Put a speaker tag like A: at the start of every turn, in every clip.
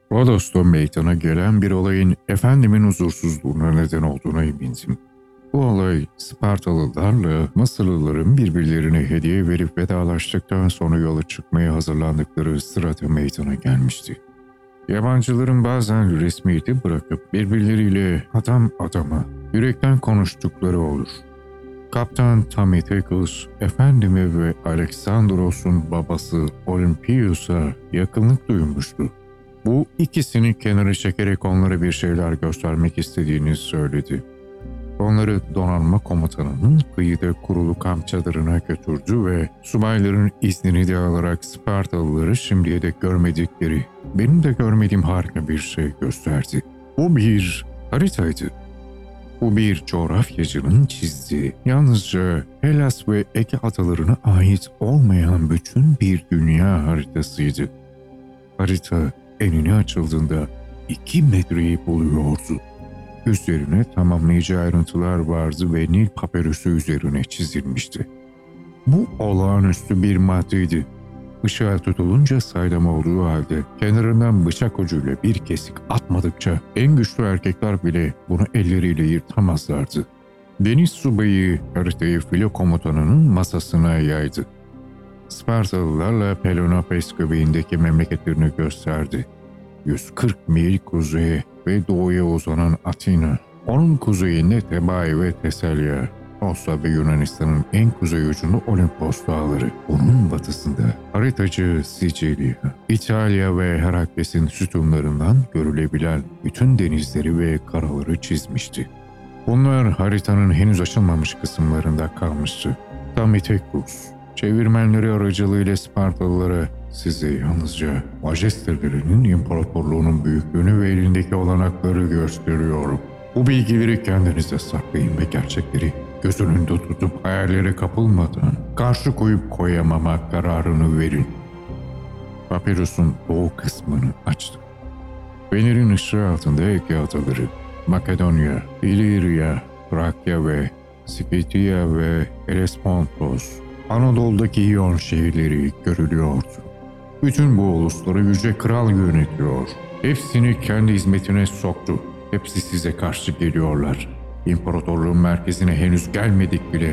A: Rodos'ta meydana gelen bir olayın efendimin huzursuzluğuna neden olduğuna emindim. Bu olay Spartalılarla Mısırlıların birbirlerine hediye verip vedalaştıktan sonra yola çıkmaya hazırlandıkları sırada meydana gelmişti. Yabancıların bazen resmiyeti bırakıp birbirleriyle adam adama yürekten konuştukları olur. Kaptan Tamithekus, efendime ve Aleksandros'un babası Olympius'a yakınlık duymuştu. Bu ikisini kenara çekerek onlara bir şeyler göstermek istediğini söyledi. Onları donanma komutanının kıyıda kurulu kamp çadırına götürdü ve subayların iznini de alarak Spartalıları şimdiye dek görmedikleri, benim de görmediğim harika bir şey gösterdi. Bu bir haritaydı. Bu bir coğrafyacının çizdiği, yalnızca Hellas ve Ege adalarına ait olmayan bütün bir dünya haritasıydı. Harita enine açıldığında 2 metreyi buluyordu. Üzerine tamamlayıcı ayrıntılar vardı ve Nil papirüsü üzerine çizilmişti. Bu olağanüstü bir maddeydi. Işığa tutulunca saydam olduğu halde kenarından bıçak ucuyla bir kesik atmadıkça en güçlü erkekler bile bunu elleriyle yırtamazlardı. Deniz subayı haritayı filo komutanının masasına yaydı. Spartalılarla Peloponnez göbeğindeki memleketlerini gösterdi. 140 mil kuzeye ve doğuya uzanan Atina, onun kuzeyinde Tebai ve Tesalya, Osla ve Yunanistan'ın en kuzey ucunda Olimpos dağları, onun batısında haritacı Sicilya, İtalya ve Herakles'in sütunlarından görülebilen bütün denizleri ve karaları çizmişti. Bunlar haritanın henüz açılmamış kısımlarında kalmıştı. Tamithekus, çevirmenleri aracılığıyla Spartalılara size yalnızca majestelerinin imparatorluğunun büyüklüğünü ve elindeki olanakları gösteriyorum. Bu bilgileri kendinize saklayın ve gerçekleri göz önünde tutup hayallere kapılmadan karşı koyup koyamama kararını verin. Papirus'un doğu kısmını açtı. Fener'in ışığı altında Ege adaları, Makedonya, İlirya, Trakya ve Skitya ve Helespontos, Anadolu'daki İyon şehirleri görülüyordu. Bütün bu ulusları yüce kral yönetiyor. Hepsini kendi hizmetine soktu. Hepsi size karşı geliyorlar. İmparatorluğun merkezine henüz gelmedik bile.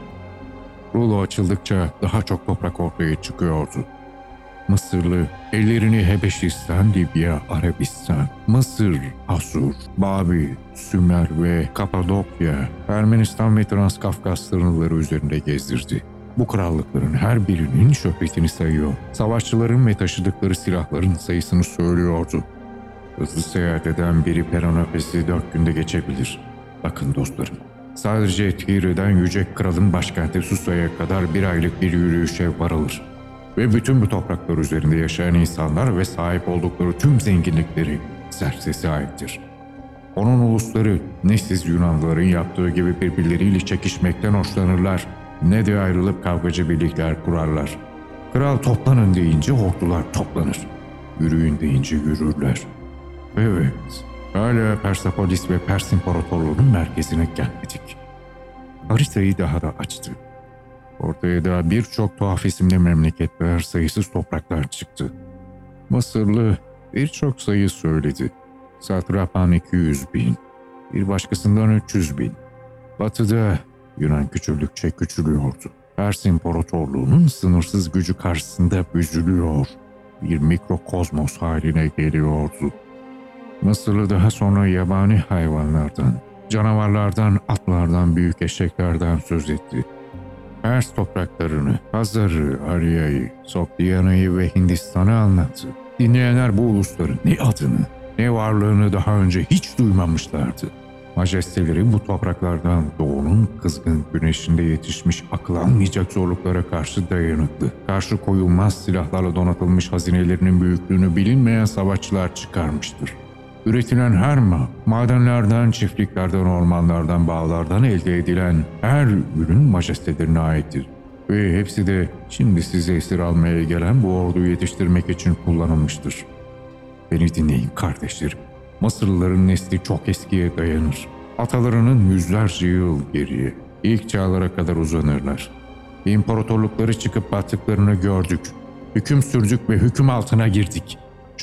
A: Rulo açıldıkça daha çok toprak ortaya çıkıyordu. Mısırlı, ellerini Hebeşistan, Libya, Arabistan, Mısır, Asur, Babil, Sümer ve Kapadokya, Ermenistan ve Transkafkas sınırları üzerinde gezdirdi. Bu krallıkların her birinin şöhretini sayıyor. Savaşçıların ve taşıdıkları silahların sayısını söylüyordu. Hızlı seyahat eden biri Peloponnez'i 4 günde geçebilir. Bakın dostlarım, sadece Tire'den Yüce Kral'ın başkenti Susa'ya kadar 1 aylık bir yürüyüşe varılır. Ve bütün bu topraklar üzerinde yaşayan insanlar ve sahip oldukları tüm zenginlikleri Xerxes'e aittir. Onun ulusları ne siz Yunanlıların yaptığı gibi birbirleriyle çekişmekten hoşlanırlar, ne de ayrılıp kavgacı birlikler kurarlar. Kral toplanın deyince ordular toplanır. Yürüyün deyince yürürler. Evet, hala Persepolis ve Pers İmparatorluğu'nun merkezine gelmedik. Haritayı daha da açtı. Ortaya da birçok tuhaf isimli memleketler, sayısız topraklar çıktı. Mısırlı birçok sayı söyledi. Satrapan 200 bin, bir başkasından 300 bin. Batıda Yunan küçüldükçe küçülüyordu. Pers İmparatorluğu'nun sınırsız gücü karşısında büzülüyor. Bir mikrokozmos haline geliyordu. Mısırlı daha sonra yabani hayvanlardan, canavarlardan, atlardan, büyük eşeklerden söz etti. Pers topraklarını, Hazar'ı, Arya'yı, Sogdiana'yı ve Hindistan'ı anlattı. Dinleyenler bu ulusların ne adını, ne varlığını daha önce hiç duymamışlardı. Majesteleri bu topraklardan doğunun kızgın güneşinde yetişmiş akıl almayacak zorluklara karşı dayanıklı, karşı koyulmaz silahlarla donatılmış hazinelerinin büyüklüğünü bilinmeyen savaşçılar çıkarmıştır. Üretilen her madenlerden, çiftliklerden, ormanlardan, bağlardan elde edilen her ürün majestelerine aittir. Ve hepsi de şimdi size esir almaya gelen bu orduyu yetiştirmek için kullanılmıştır. Beni dinleyin kardeşlerim. Mısırlıların nesli çok eskiye dayanır. Atalarının yüzlerce yıl geriye, ilk çağlara kadar uzanırlar. İmparatorlukları çıkıp battıklarını gördük. Hüküm sürdük ve hüküm altına girdik.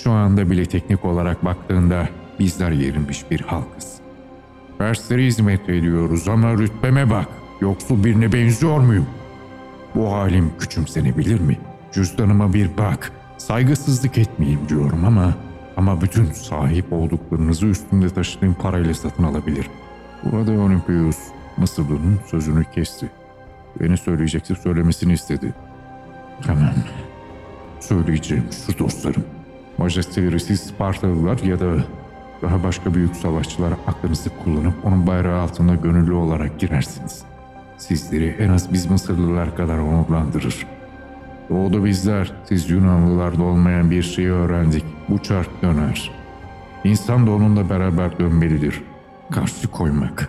A: Şu anda bile teknik olarak baktığında bizler yerilmiş bir halkız. Perslere hizmet ediyoruz ama rütbeme bak. Yoksul birine benziyor muyum? Bu halim küçümsenebilir mi? Cüzdanıma bir bak. Saygısızlık etmeyeyim diyorum ama bütün sahip olduklarınızı üstünde taşıdığım parayla satın alabilirim. Burada Olimpius Mısırlı'nın sözünü kesti. Beni söyleyecekse söylemesini istedi. Tamam. Söyleyeceğim şu dostlarım. Majesteleri siz Spartalılar ya da daha başka büyük savaşçılar aklınızı kullanıp onun bayrağı altında gönüllü olarak girersiniz. Sizleri en az biz Mısırlılar kadar onurlandırır. Doğuda bizler, siz Yunanlılarda olmayan bir şeyi öğrendik. Bu çark döner. İnsan da onunla beraber dönmelidir. Karşı koymak.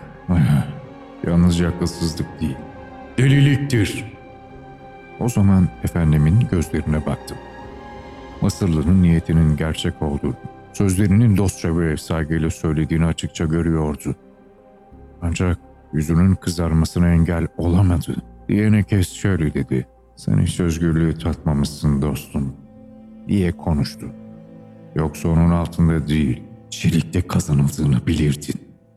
A: Yalnızca akılsızlık değil. Deliliktir. O zaman efendimin gözlerine baktım. Mısırlı'nın niyetinin gerçek olduğunu, sözlerinin dostça ve saygıyla söylediğini açıkça görüyordu. Ancak yüzünün kızarmasına engel olamadı. Diyene kes şöyle dedi. Sen hiç özgürlüğü tatmamışsın dostum, diye konuştu. Yoksa onun altında değil, çelikte kazanıldığını bilirdin.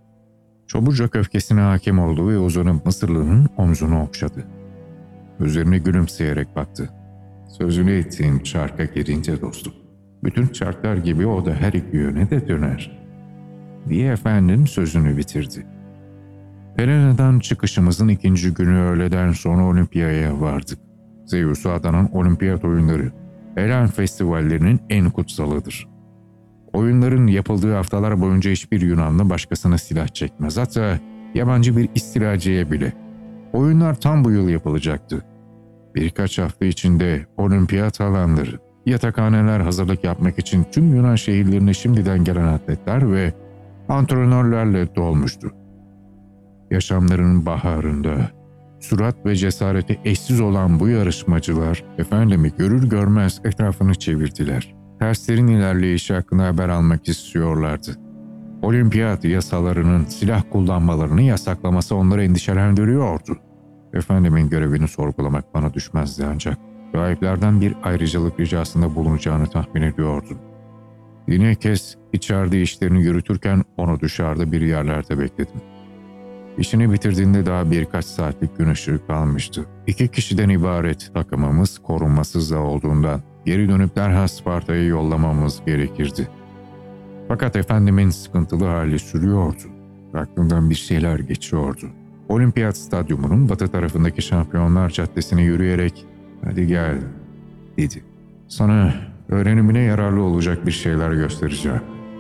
A: Çabucak öfkesine hakim oldu ve uzanıp Mısırlı'nın omzunu okşadı. Üzerine gülümseyerek baktı. Sözünü ettiğin çarka girince dostum, bütün çarklar gibi o da her iki yöne de döner, diye efendinin sözünü bitirdi. Helena'dan çıkışımızın ikinci günü öğleden sonra Olimpiyaya vardık. Zeus'a adanan olimpiyat oyunları, Helen festivallerinin en kutsalıdır. Oyunların yapıldığı haftalar boyunca hiçbir Yunanlı başkasına silah çekmez, hatta yabancı bir istilacıya bile. Oyunlar tam bu yıl yapılacaktı. Birkaç hafta içinde olimpiyat alanları, yatakhaneler hazırlık yapmak için tüm Yunan şehirlerine şimdiden gelen atletler ve antrenörlerle dolmuştu. Yaşamlarının baharında, sürat ve cesareti eşsiz olan bu yarışmacılar, efendimi görür görmez etrafını çevirdiler. Perslerin ilerleyişi hakkında haber almak istiyorlardı. Olimpiyat yasalarının silah kullanmalarını yasaklaması onları endişelendiriyordu. Efendimin görevini sorgulamak bana düşmezdi ancak rahiplerden bir ayrıcalık ricasında bulunacağını tahmin ediyordum. Yine kez içeride işlerini yürütürken onu dışarıda bir yerlerde bekledim. İşini bitirdiğinde daha birkaç saatlik gün ışığı kalmıştı. 2 kişiden ibaret takımımız korunmasız da olduğundan geri dönüp derhal Sparta'ya yollamamız gerekirdi. Fakat efendimin sıkıntılı hali sürüyordu. Aklından bir şeyler geçiyordu. Olimpiyat stadyumunun batı tarafındaki Şampiyonlar Caddesi'ne yürüyerek "Hadi gel," dedi. "Sana öğrenimine yararlı olacak bir şeyler göstereceğim."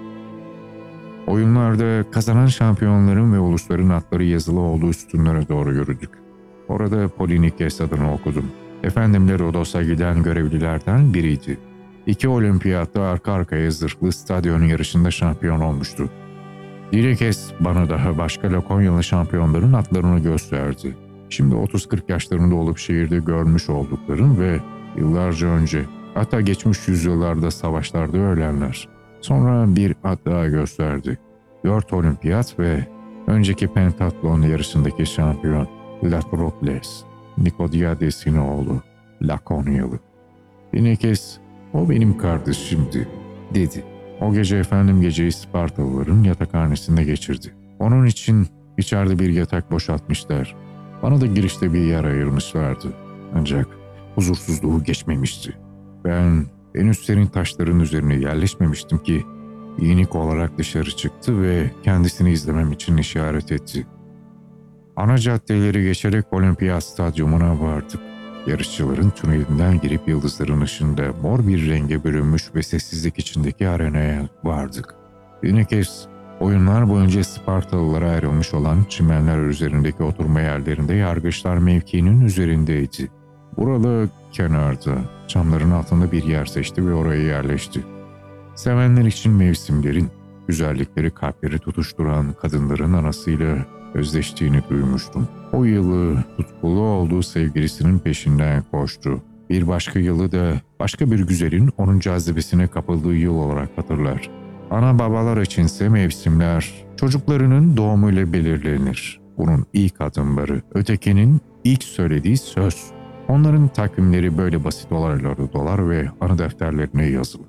A: Oyunlarda kazanan şampiyonların ve ulusların adları yazılı olduğu sütunlara doğru yürüdük. Orada Polinikes adını okudum. Efendimle Rodos'a giden görevlilerden biriydi. 2 olimpiyatta arka arkaya zırhlı stadyum yarışında şampiyon olmuştu. Dilikes bana daha başka Lakonyalı şampiyonların adlarını gösterdi. Şimdi 30-40 yaşlarında olup şehirde görmüş olduklarım ve yıllarca önce, hatta geçmiş yüzyıllarda savaşlarda ölenler. Sonra bir ad daha gösterdi. 4 olimpiyat ve önceki pentatlon yarışındaki şampiyon Latroples, Nikodiades'in oğlu, Lakonyalı. "Bir kez o benim kardeşimdi," dedi. O gece efendim geceyi Spartalıların yatakhanesinde geçirdi. Onun için içeride bir yatak boşaltmışlar. Bana da girişte bir yer ayırmışlardı. Ancak huzursuzluğu geçmemişti. Ben henüz serin taşların üzerine yerleşmemiştim ki yenik olarak dışarı çıktı ve kendisini izlemem için işaret etti. Ana caddeleri geçerek Olimpiyat Stadyumuna vardık. Yarışçıların tünelinden girip yıldızların ışığında mor bir renge bürünmüş ve sessizlik içindeki arenaya vardık. Yine kez oyunlar boyunca Spartalılara ayrılmış olan çimenler üzerindeki oturma yerlerinde yargıçlar mevkiinin üzerindeydi. Buralı kenarda, çamların altında bir yer seçti ve oraya yerleşti. Sevenler için mevsimlerin, güzellikleri kalpleri tutuşturan kadınların anasıyla özleştiğini duymuştum. O yılı tutkulu olduğu sevgilisinin peşinden koştu. Bir başka yılı da başka bir güzelin onun cazibesine kapıldığı yıl olarak hatırlar. Ana babalar içinse mevsimler çocuklarının doğumuyla belirlenir. Bunun ilk adımları, ötekinin ilk söylediği söz. Onların takvimleri böyle basit olaylara dolar ve anı defterlerine yazılır.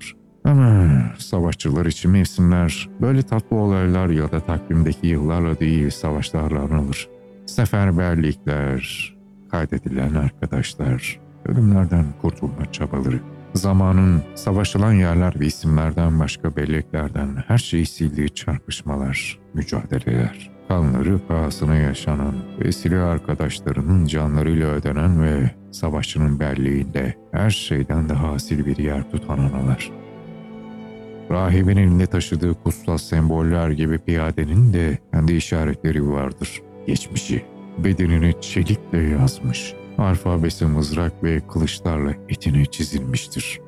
A: Ama savaşçılar için mevsimler böyle tatlı olaylar ya da takvimdeki yıllarla değil savaşlarla anılır. Seferberlikler, kaydedilen arkadaşlar, ölümlerden kurtulma çabaları. Zamanın savaşılan yerler ve isimlerden başka belleklerden her şeyi sildiği çarpışmalar, mücadeleler. Kanları pahasına yaşanan ve silah arkadaşlarının canlarıyla ödenen ve savaşçının belleğinde her şeyden daha asil bir yer tutan anılar. Rahibin elinde taşıdığı kutsal semboller gibi piyadenin de kendi işaretleri vardır. Geçmişi, bedenini çelikle yazmış. Alfabesi mızrak ve kılıçlarla etine çizilmiştir.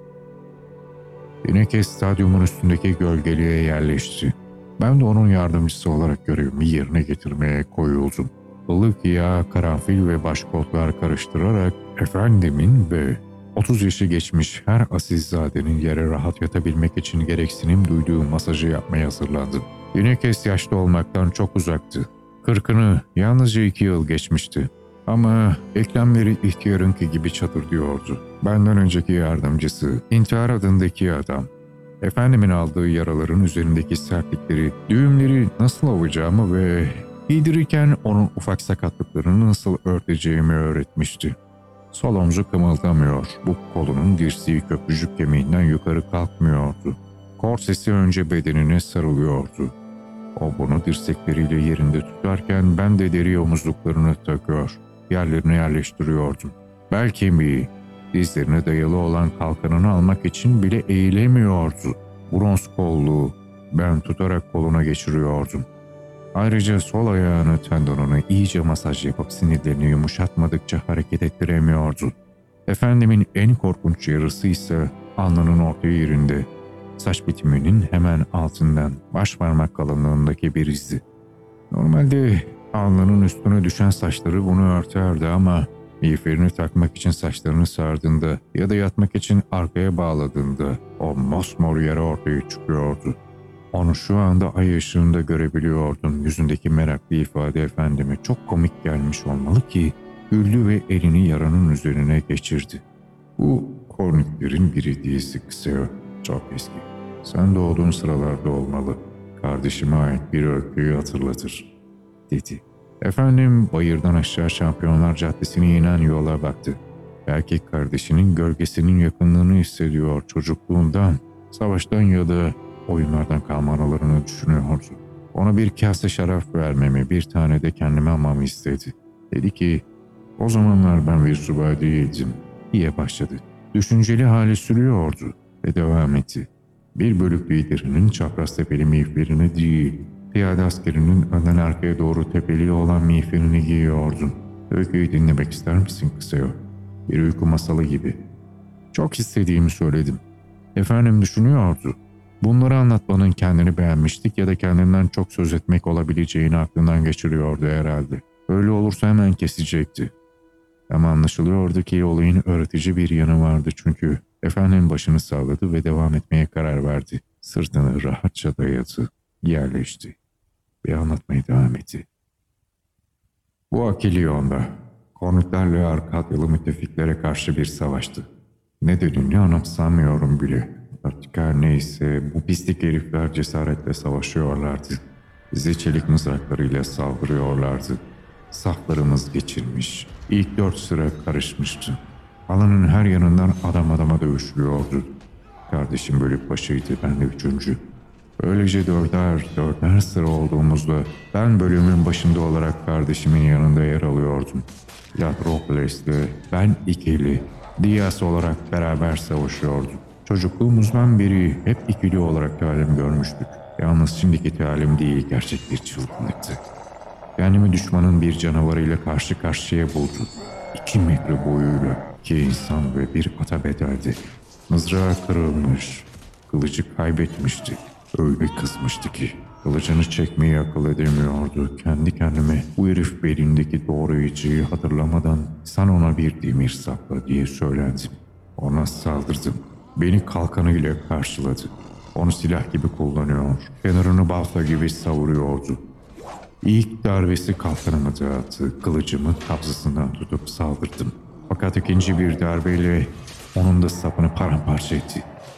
A: Pineke stadyumun üstündeki gölgeliğe yerleşti. Ben de onun yardımcısı olarak görevimi yerine getirmeye koyuldum. Ilık yağ, karanfil ve başkotlar karıştırarak efendimin ve 30 yaşı geçmiş her asilzadenin yere rahat yatabilmek için gereksinim duyduğu masajı yapmaya hazırlandım. Pinekes yaşlı olmaktan çok uzaktı. 40'ını yalnızca 2 yıl geçmişti. Ama eklemleri ihtiyarınki gibi çatırdıyordu. Benden önceki yardımcısı, İntihar adındaki adam. Efendimin aldığı yaraların üzerindeki sertlikleri, düğümleri nasıl ovacağımı ve giydirirken onun ufak sakatlıklarını nasıl örteceğimi öğretmişti. Sol omzu kımıldamıyor, bu kolunun dirseği köprücük kemiğinden yukarı kalkmıyordu. Korsesi önce bedenine sarılıyordu. O bunu dirsekleriyle yerinde tutarken ben de deri omuzluklarını takıyor, yerlerine yerleştiriyordum. Bel kemiği, dizlerine dayalı olan kalkanını almak için bile eğilemiyordu. Bronz kolluğu ben tutarak koluna geçiriyordum. Ayrıca sol ayağını tendonunu iyice masaj yapıp sinirlerini yumuşatmadıkça hareket ettiremiyordu. Efendimin en korkunç yarısı ise alnının orta yerinde, saç bitiminin hemen altından baş parmak kalınlığındaki bir izdi. Normalde alnının üstüne düşen saçları bunu örterdi ama miğferini takmak için saçlarını sardığında ya da yatmak için arkaya bağladığında o mosmor yara ortaya çıkıyordu. Onu şu anda ay ışığında görebiliyordum. Yüzündeki meraklı ifade efendime çok komik gelmiş olmalı ki güldü ve elini yaranın üzerine geçirdi. Bu korniklerin biri değilsin Kseo. Çok eski. Sen doğduğun sıralarda olmalı. Kardeşime ait bir öyküyü hatırlatır, dedi. Efendim bayırdan aşağı Şampiyonlar Caddesi'ne inen yola baktı. Belki kardeşinin gölgesinin yakınlığını hissediyor çocukluğundan, savaştan ya da oyunlardan kalma anılarını düşünüyordu. Ona bir kase şarap vermemi, bir tane de kendime almamı istedi. Dedi ki, o zamanlar ben bir subay değildim, diye başladı. Düşünceli hali sürüyordu ve devam etti. Bir bölük liderinin çapraz tepeli miğferini değil, piyade askerinin önden arkaya doğru tepeli olan miğferini giyiyordun. Öyküyü dinlemek ister misin Kseo? Bir uyku masalı gibi. Çok istediğimi söyledim. Efendim düşünüyordu. Bunları anlatmanın kendini beğenmiştik ya da kendinden çok söz etmek olabileceğini aklından geçiriyordu herhalde. Öyle olursa hemen kesecekti. Ama anlaşılıyordu ki olayın öğretici bir yanı vardı çünkü efendim başını salladı ve devam etmeye karar verdi. Sırtını rahatça dayadı, yerleşti ve anlatmaya devam etti. Bu Akilyon'da Korniklerle Arkadyalı müttefiklere karşı bir savaştı. Nedenini anımsamıyorum bile. Artık her neyse bu pislik herifler cesaretle savaşıyorlardı. Bize çelik mızraklarıyla saldırıyorlardı. Saflarımız geçirmiş. İlk 4 sıra karışmıştı. Alanın her yanından adam adama dövüşülüyordu. Kardeşim bölük başıydı, ben de 3. Böylece dörder sıra olduğumuzda ben bölümün başında olarak kardeşimin yanında yer alıyordum. Latrokles'le ben ikili, Diaz olarak beraber savaşıyorduk. Çocukluğumuzdan beri hep ikili olarak talim görmüştük. Yalnız şimdiki talim değil, gerçek bir çılgınlıktı. Kendimi düşmanın bir canavarıyla karşı karşıya buldum. 2 metre boyuyla 2 insan ve bir ata bedeldi. Mızrağı kırılmış, kılıcı kaybetmişti. Öyle kızmıştı ki kılıcını çekmeyi akıl edemiyordu. Kendi kendime bu herif belindeki doğrayıcıyı hatırlamadan sen ona bir demir sapla diye söylendim. Ona saldırdım. Beni kalkanıyla karşıladı. Onu silah gibi kullanıyor. Kenarını balta gibi savuruyordu. İlk darbesi kalkanımı dağıttı. Kılıcımı kabzasından tutup saldırdım. Fakat ikinci bir darbeyle onun da sapını paramparça etti.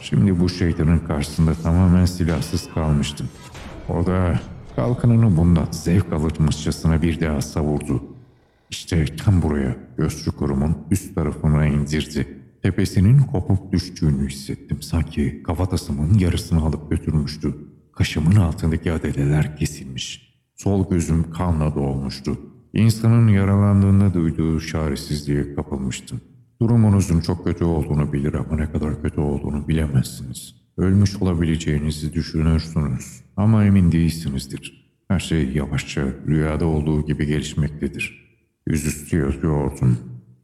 A: Şimdi bu şeytanın karşısında tamamen silahsız kalmıştım. O da kalkanını bundan zevk alırmışçasına bir daha savurdu. İşte tam buraya göz çukurumun üst tarafına indirdi. Tepesinin kopup düştüğünü hissettim. Sanki kafatasımın yarısını alıp götürmüştü. Kaşımın altındaki adeleler kesilmiş. Sol gözüm kanla dolmuştu. İnsanın yaralandığında duyduğu çaresizliğe kapılmıştım. Durumunuzun çok kötü olduğunu bilir ama ne kadar kötü olduğunu bilemezsiniz. Ölmüş olabileceğinizi düşünürsünüz ama emin değilsinizdir. Her şey yavaşça rüyada olduğu gibi gelişmektedir. Yüzüstü yatıyordum.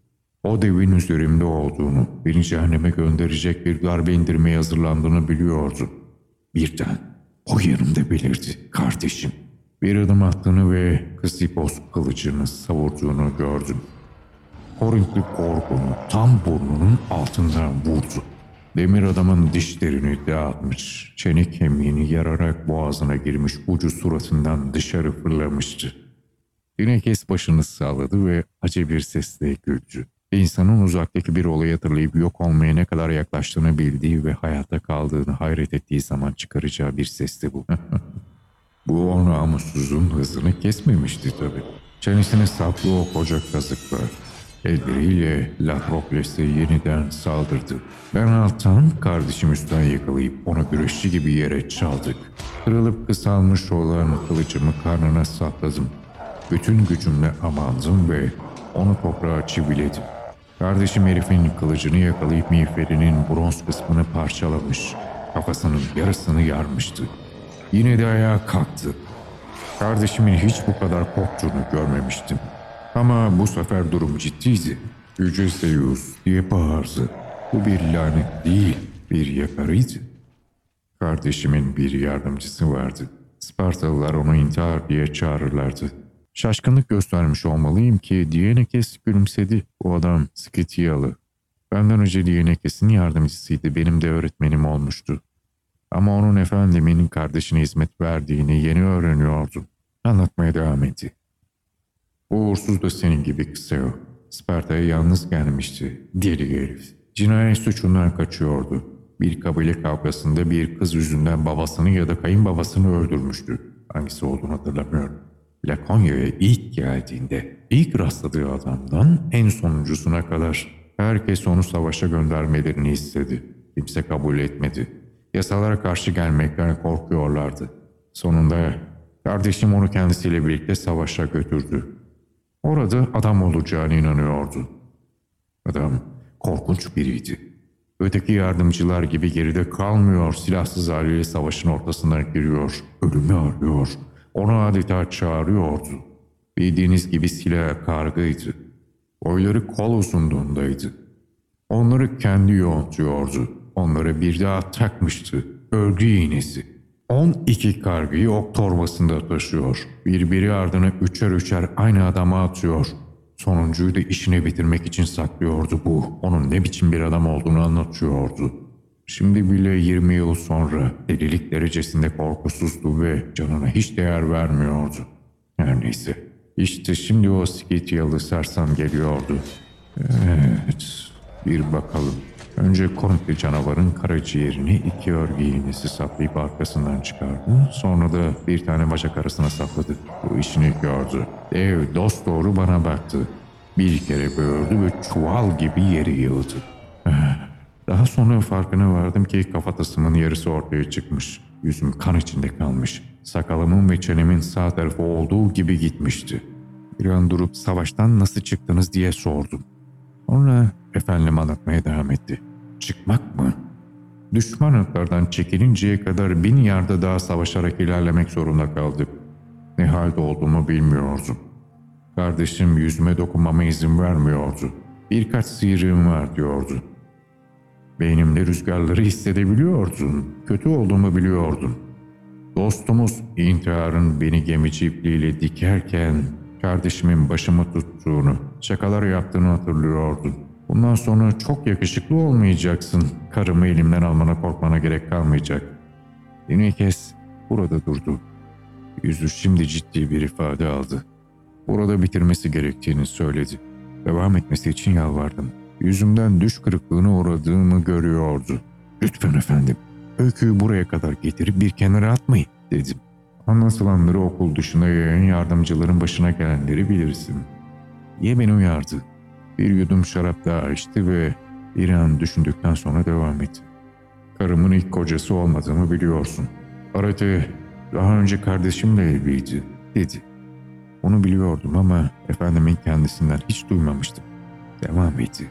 A: O devin üzerimde olduğunu, beni cehenneme gönderecek bir darbe indirmeye hazırlandığını biliyordu. Birden o yanımda belirdi kardeşim. Bir adım attığını ve Ksipos kılıcını savurduğunu gördüm. Korintli Gorgon'u tam burnunun altından vurdu. Demir adamın dişlerini dağıtmış, çene kemiğini yararak boğazına girmiş ucu suratından dışarı fırlamıştı. Dinekes başını salladı ve acı bir sesle güldü. İnsanın uzaktaki bir olayı hatırlayıp yok olmaya ne kadar yaklaştığını bildiği ve hayatta kaldığını hayret ettiği zaman çıkaracağı bir sesti bu. Bu o namussuzun hızını kesmemişti tabii. Çenesine saplı o koca kazıklar. Elleriyle Latrokles'e yeniden saldırdı. Ben alttan kardeşim üstten yakalayıp onu güreşçi gibi yere çaldık. Kırılıp kısalmış olan kılıcımı karnına sapladım. Bütün gücümle amandım ve onu toprağa çiviledim. Kardeşim herifin kılıcını yakalayıp miğferinin bronz kısmını parçalamış. Kafasının yarısını yarmıştı. Yine de ayağa kalktı. Kardeşimin hiç bu kadar korktuğunu görmemiştim. Ama bu sefer durum ciddiydi. Yüce Zeus diye bağırdı. Bu bir lanet değil, bir yakarıydı. Kardeşimin bir yardımcısı vardı. Spartalılar onu intihar diye çağırırlardı. Şaşkınlık göstermiş olmalıyım ki Dienekes gülümsedi. Bu adam Skitiyalı. Benden önce Dienekes'in yardımcısıydı. Benim de öğretmenim olmuştu. Ama onun efendimin kardeşine hizmet verdiğini yeni öğreniyordum. Anlatmaya devam etti. O uğursuz da senin gibi Kseo. Sparta'ya yalnız gelmişti. Deli herif. Cinayet suçundan kaçıyordu. Bir kabile kavgasında bir kız yüzünden babasını ya da kayınbabasını öldürmüştü. Hangisi olduğunu hatırlamıyorum. Lakonya'ya ilk geldiğinde ilk rastladığı adamdan en sonuncusuna kadar herkes onu savaşa göndermelerini istedi. Kimse kabul etmedi. Yasalara karşı gelmekten korkuyorlardı. Sonunda kardeşim onu kendisiyle birlikte savaşa götürdü. Orada adam olacağına inanıyordu. Adam korkunç biriydi. Öteki yardımcılar gibi geride kalmıyor, silahsız haliyle savaşın ortasından giriyor, ölümü arıyor. Onu adeta çağırıyordu. Bildiğiniz gibi silah kargıydı. Boyları kol uzunluğundaydı. Onları kendi yontuyordu. Onları bir daha takmıştı. Örgü iğnesi. 12 kargıyı ok torbasında taşıyor. Birbiri ardına üçer üçer aynı adama atıyor. Sonuncuyu da işini bitirmek için saklıyordu bu. Onun ne biçim bir adam olduğunu anlatıyordu. Şimdi bile 20 yıl sonra delilik derecesinde korkusuzdu ve canına hiç değer vermiyordu. Her neyse. İşte şimdi o Skityalı sersem geliyordu. Evet, bir bakalım. Önce Korintli canavarın karaciğerini 2 örgü iğnesi saplayıp arkasından çıkardı. Sonra da bir tane bacak arasına sapladı. Bu işini gördü. Dev dosdoğru bana baktı. Bir kere böğürdü ve çuval gibi yere yığıldı. Daha sonra farkına vardım ki kafatasımın yarısı ortaya çıkmış. Yüzüm kan içinde kalmış. Sakalımın ve çenemin sağ tarafı olduğu gibi gitmişti. Bir an durup savaştan nasıl çıktınız diye sordum. Sonra efendim anlatmaya devam etti. Çıkmak mı? Düşman ırklardan çekilinceye kadar 1000 yarda daha savaşarak ilerlemek zorunda kaldık. Ne halde olduğumu bilmiyordum. Kardeşim yüzüme dokunmama izin vermiyordu. Birkaç sıyrığım var diyordu. Beynimde rüzgarları hissedebiliyordum. Kötü olduğumu biliyordum. Dostumuz intiharın beni gemici ipliğiyle dikerken kardeşimin başımı tuttuğunu, şakalar yaptığını hatırlıyordum. Bundan sonra çok yakışıklı olmayacaksın. Karımı elimden almana korkmana gerek kalmayacak. Dinekes burada durdu. Yüzü şimdi ciddi bir ifade aldı. Burada bitirmesi gerektiğini söyledi. Devam etmesi için yalvardım. Yüzümden düş kırıklığına uğradığımı görüyordu. Lütfen efendim, öyküyü buraya kadar getirip bir kenara atmayın dedim. Anlatılanları okul dışında yayan yardımcıların başına gelenleri bilirsin. Diye beni uyardı. Bir yudum şarap daha içti ve bir an düşündükten sonra devam etti. Karımın ilk kocası olmadığımı biliyorsun. Arate daha önce kardeşimle evliydi dedi. Onu biliyordum ama efendimin kendisinden hiç duymamıştım. Devam etti.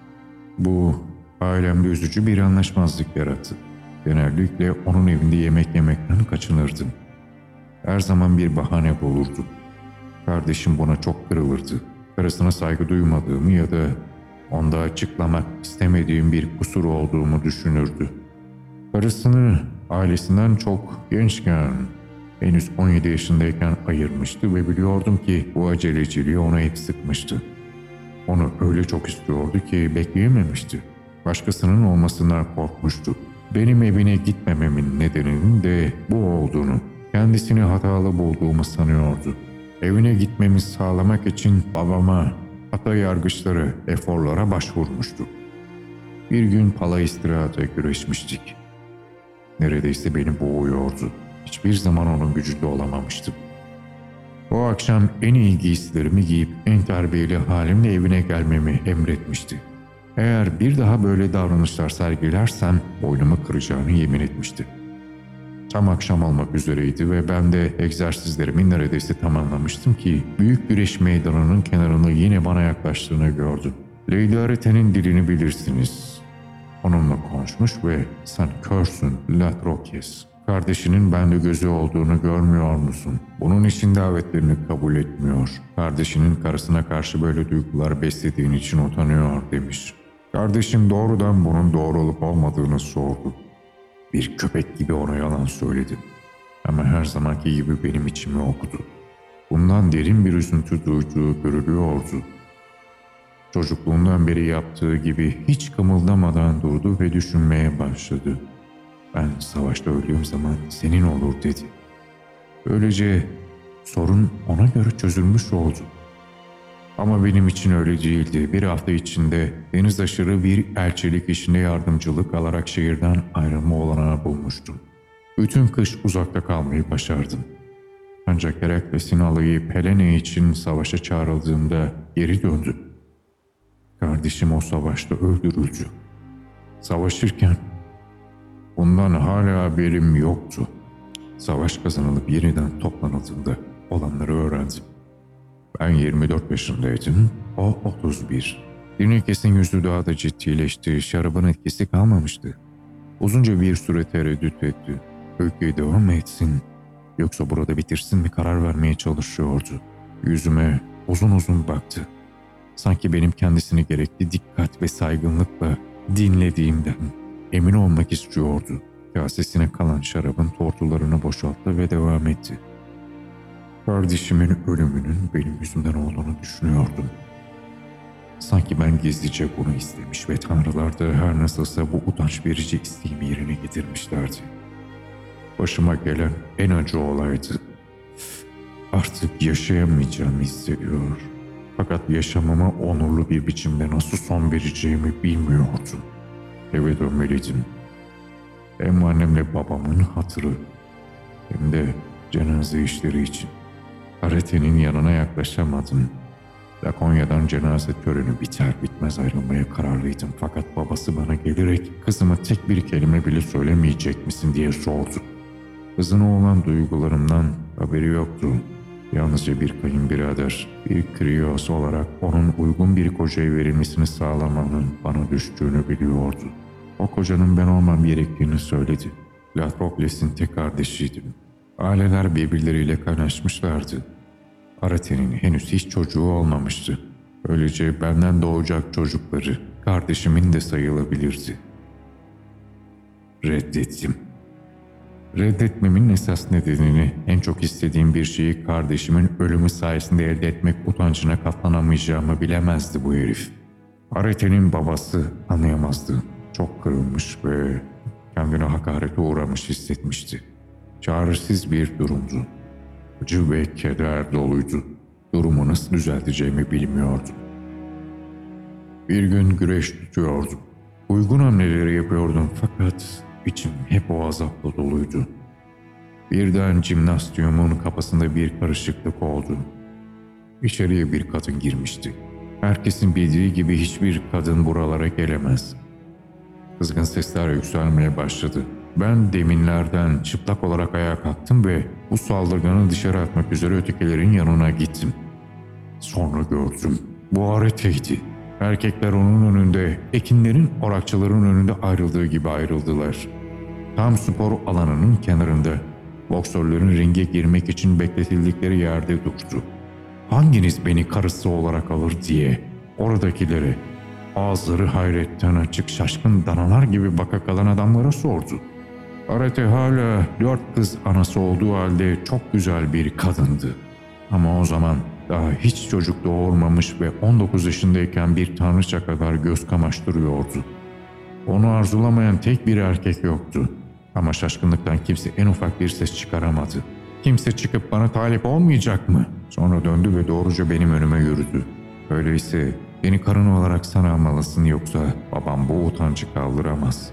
A: Bu ailemde üzücü bir anlaşmazlık yarattı. Genellikle onun evinde yemek yemekten kaçınırdım. Her zaman bir bahane bulurdu. Kardeşim buna çok kırılırdı. Karısına saygı duymadığımı ya da onda açıklamak istemediğim bir kusur olduğumu düşünürdü. Karısını ailesinden çok gençken, henüz 17 yaşındayken ayırmıştı ve biliyordum ki bu aceleciliği ona hep sıkmıştı. Onu öyle çok istiyordu ki bekleyememişti. Başkasının olmasından korkmuştu. Benim evine gitmememin nedeninin de bu olduğunu, kendisini hatalı bulduğumu sanıyordu. Evine gitmemi sağlamak için babama, hata yargıçları, eforlara başvurmuştu. Bir gün pala istirahata güreşmiştik. Neredeyse beni boğuyordu. Hiçbir zaman onun gücünde olamamıştım. O akşam en iyi giysilerimi giyip en terbiyeli halimle evine gelmemi emretmişti. Eğer bir daha böyle davranışlar sergilersem boynumu kıracağını yemin etmişti. Tam akşam olmak üzereydi ve ben de egzersizlerimi neredeyse tamamlamıştım ki büyük güreş meydanının kenarında yine bana yaklaştığını gördüm. Lady Arate'nin dilini bilirsiniz. Onunla konuşmuş ve sen körsün Latrokes. Kardeşinin bende gözü olduğunu görmüyor musun? Bunun için davetlerini kabul etmiyor. Kardeşinin karısına karşı böyle duygular beslediğin için utanıyor demiş. Kardeşim doğrudan bunun doğru olup olmadığını sordu. Bir köpek gibi ona yalan söyledim. Ama her zamanki gibi benim içimi okudu. Bundan derin bir üzüntü duyduğu görülüyordu. Çocukluğundan beri yaptığı gibi hiç kımıldamadan durdu ve düşünmeye başladı. Ben savaşta öldüğüm zaman senin olur dedi. Böylece sorun ona göre çözülmüş oldu. Ama benim için öyle değildi. Bir hafta içinde deniz aşırı bir elçilik işine yardımcılık alarak şehirden ayrılma olanağı bulmuştum. Bütün kış uzakta kalmayı başardım. Ancak Herakles'in alayı Pelene için savaşa çağrıldığında geri döndü. Kardeşim o savaşta öldürüldü. Savaşırken bundan hala haberim yoktu. Savaş kazanılıp yeniden toplanıldığında olanları öğrendim. Ben 24 yaşındaydım, o 31. Dinekes'in yüzü daha da ciddileşti, şarabın etkisi kalmamıştı. Uzunca bir süre tereddüt etti. Öyküye devam mı etsin, yoksa burada bitirsin mi karar vermeye çalışıyordu. Yüzüme uzun uzun baktı. Sanki benim kendisini gerekli dikkat ve saygınlıkla dinlediğimden emin olmak istiyordu. Kasesine kalan şarabın tortularını boşalttı ve devam etti. Kardeşimin ölümünün benim yüzümden olduğunu düşünüyordum. Sanki ben gizlice bunu istemiş ve tanrılar da her nasılsa bu utanç verici isteğimi yerine getirmişlerdi. Başıma gelen en acı olaydı. Artık yaşayamayacağımı hissediyor. Fakat yaşamama onurlu bir biçimde nasıl son vereceğimi bilmiyordum. Eve dönmeliydim. Hem annemle babamın hatırı hem de cenaze işleri için. Arate'nin yanına yaklaşamadım. Lakonya'dan cenaze töreni biter bitmez ayrılmaya kararlıydım. Fakat babası bana gelerek kızıma tek bir kelime bile söylemeyecek misin diye sordu. Kızına olan duygularımdan haberi yoktu. Yalnızca bir kayınbirader, bir kriyos olarak onun uygun bir kocaya verilmesini sağlamanın bana düştüğünü biliyordu. O kocanın ben olmam gerektiğini söyledi. Latrokles'in tek kardeşiydim. Aileler birbirleriyle kaynaşmışlardı. Arate'nin henüz hiç çocuğu olmamıştı. Böylece benden doğacak çocukları kardeşimin de sayılabilirdi. Reddettim. Reddetmemin esas nedenini en çok istediğim bir şeyi kardeşimin ölümü sayesinde elde etmek utancına katlanamayacağımı bilemezdi bu herif. Arate'nin babası anlayamazdı. Çok kırılmış ve kendine hakarete uğramış hissetmişti. Çaresiz bir durumdu. Acı ve keder doluydu. Durumu nasıl düzelteceğimi bilmiyordum. Bir gün güreş tutuyordum. Uygun hamleleri yapıyordum fakat içim hep o azapla doluydu. Birden jimnastyumun kapısında bir karışıklık oldu. İçeriye bir kadın girmişti. Herkesin bildiği gibi hiçbir kadın buralara gelemez. Kızgın sesler yükselmeye başladı. Ben deminlerden çıplak olarak ayağa kalktım ve bu saldırganı dışarı atmak üzere ötekilerin yanına gittim. Sonra gördüm. Bu Arete'ydi. Erkekler onun önünde, ekinlerin orakçıların önünde ayrıldığı gibi ayrıldılar. Tam spor alanının kenarında, boksörlerin ringe girmek için bekletildikleri yerde durdu. Hanginiz beni karısı olarak alır diye oradakilere, ağızları hayretten açık şaşkın danalar gibi baka kalan adamlara sordu. Arete hala 4 kız anası olduğu halde çok güzel bir kadındı. Ama o zaman daha hiç çocuk doğurmamış ve 19 yaşındayken bir tanrıça kadar göz kamaştırıyordu. Onu arzulamayan tek bir erkek yoktu. Ama şaşkınlıktan kimse en ufak bir ses çıkaramadı. Kimse çıkıp bana talip olmayacak mı? Sonra döndü ve doğruca benim önüme yürüdü. Öyleyse beni karın olarak sen almalısın yoksa babam bu utancı kaldıramaz.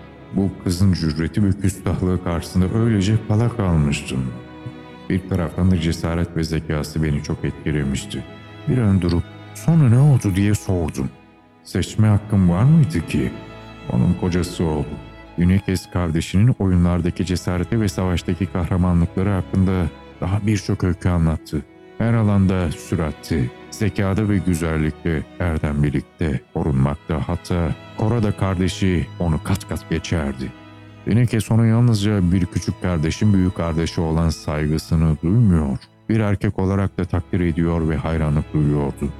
A: Bu kızın cüreti ve küstahlığı karşısında öylece kala kalmıştım. Bir taraftan da cesaret ve zekası beni çok etkilemişti. Bir an durup sonra ne oldu diye sordum. Seçme hakkım var mıydı ki? Onun kocası oldu. Güneykes kardeşinin oyunlardaki cesareti ve savaştaki kahramanlıkları hakkında daha birçok öykü anlattı. Her alanda süratte, zekada ve güzellikte, erdemlilikte, korunmakta, hatta Korada kardeşi onu kat kat geçerdi. Güneykes ona yalnızca bir küçük kardeşin büyük kardeşi olan saygısını duymuyor, bir erkek olarak da takdir ediyor ve hayranlık duyuyordu.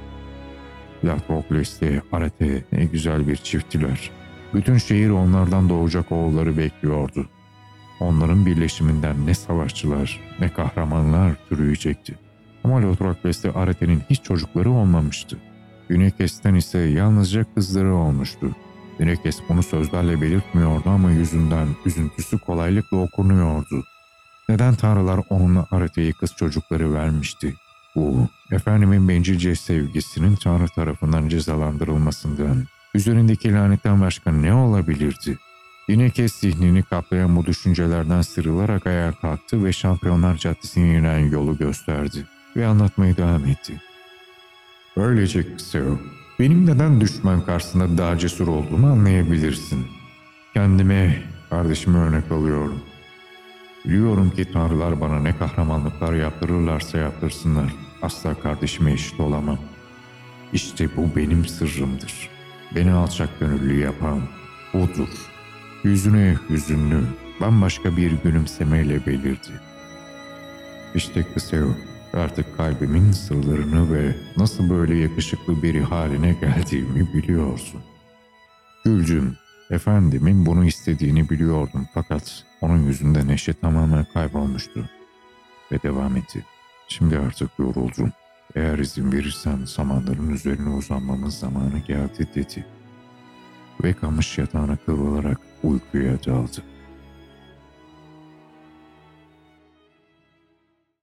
A: Latrokles'le Arete ne güzel bir çifttiler. Bütün şehir onlardan doğacak oğulları bekliyordu. Onların birleşiminden ne savaşçılar ne kahramanlar türüyecekti. Ama Latrokles'te Arete'nin hiç çocukları olmamıştı. Güneykes'ten ise yalnızca kızları olmuştu. Güneykes bunu sözlerle belirtmiyordu ama yüzünden üzüntüsü kolaylıkla okunuyordu. Neden tanrılar onunla Arete'ye kız çocukları vermişti? Bu, efendimin bencilce sevgisinin tanrı tarafından cezalandırılmasından, üzerindeki lanetten başka ne olabilirdi? Güneykes zihnini kaplayan bu düşüncelerden sıyrılarak ayağa kalktı ve Şampiyonlar Caddesi'ne inen yolu gösterdi ve anlatmaya devam etti. Böylece Kseo, benim neden düşman karşısında daha cesur olduğumu anlayabilirsin. Kendime, kardeşime örnek alıyorum. Biliyorum ki tanrılar bana ne kahramanlıklar yaptırırlarsa yaptırsınlar. Asla kardeşime eşit olamam. İşte bu benim sırrımdır. Beni alçak gönüllü yapan budur. Yüzüne hüzünlü, bambaşka bir gülümsemeyle belirdi. İşte Kseo, artık kalbimin sırlarını ve nasıl böyle yakışıklı biri haline geldiğimi biliyorsun. Güldüm. Efendimin bunu istediğini biliyordum fakat onun yüzünde neşe tamamen kaybolmuştu. Ve devam etti. Şimdi artık yoruldum. Eğer izin verirsen samanların üzerine uzanmamın zamanı geldi dedi. Ve kamış yatağına kıvrılarak uykuya daldı.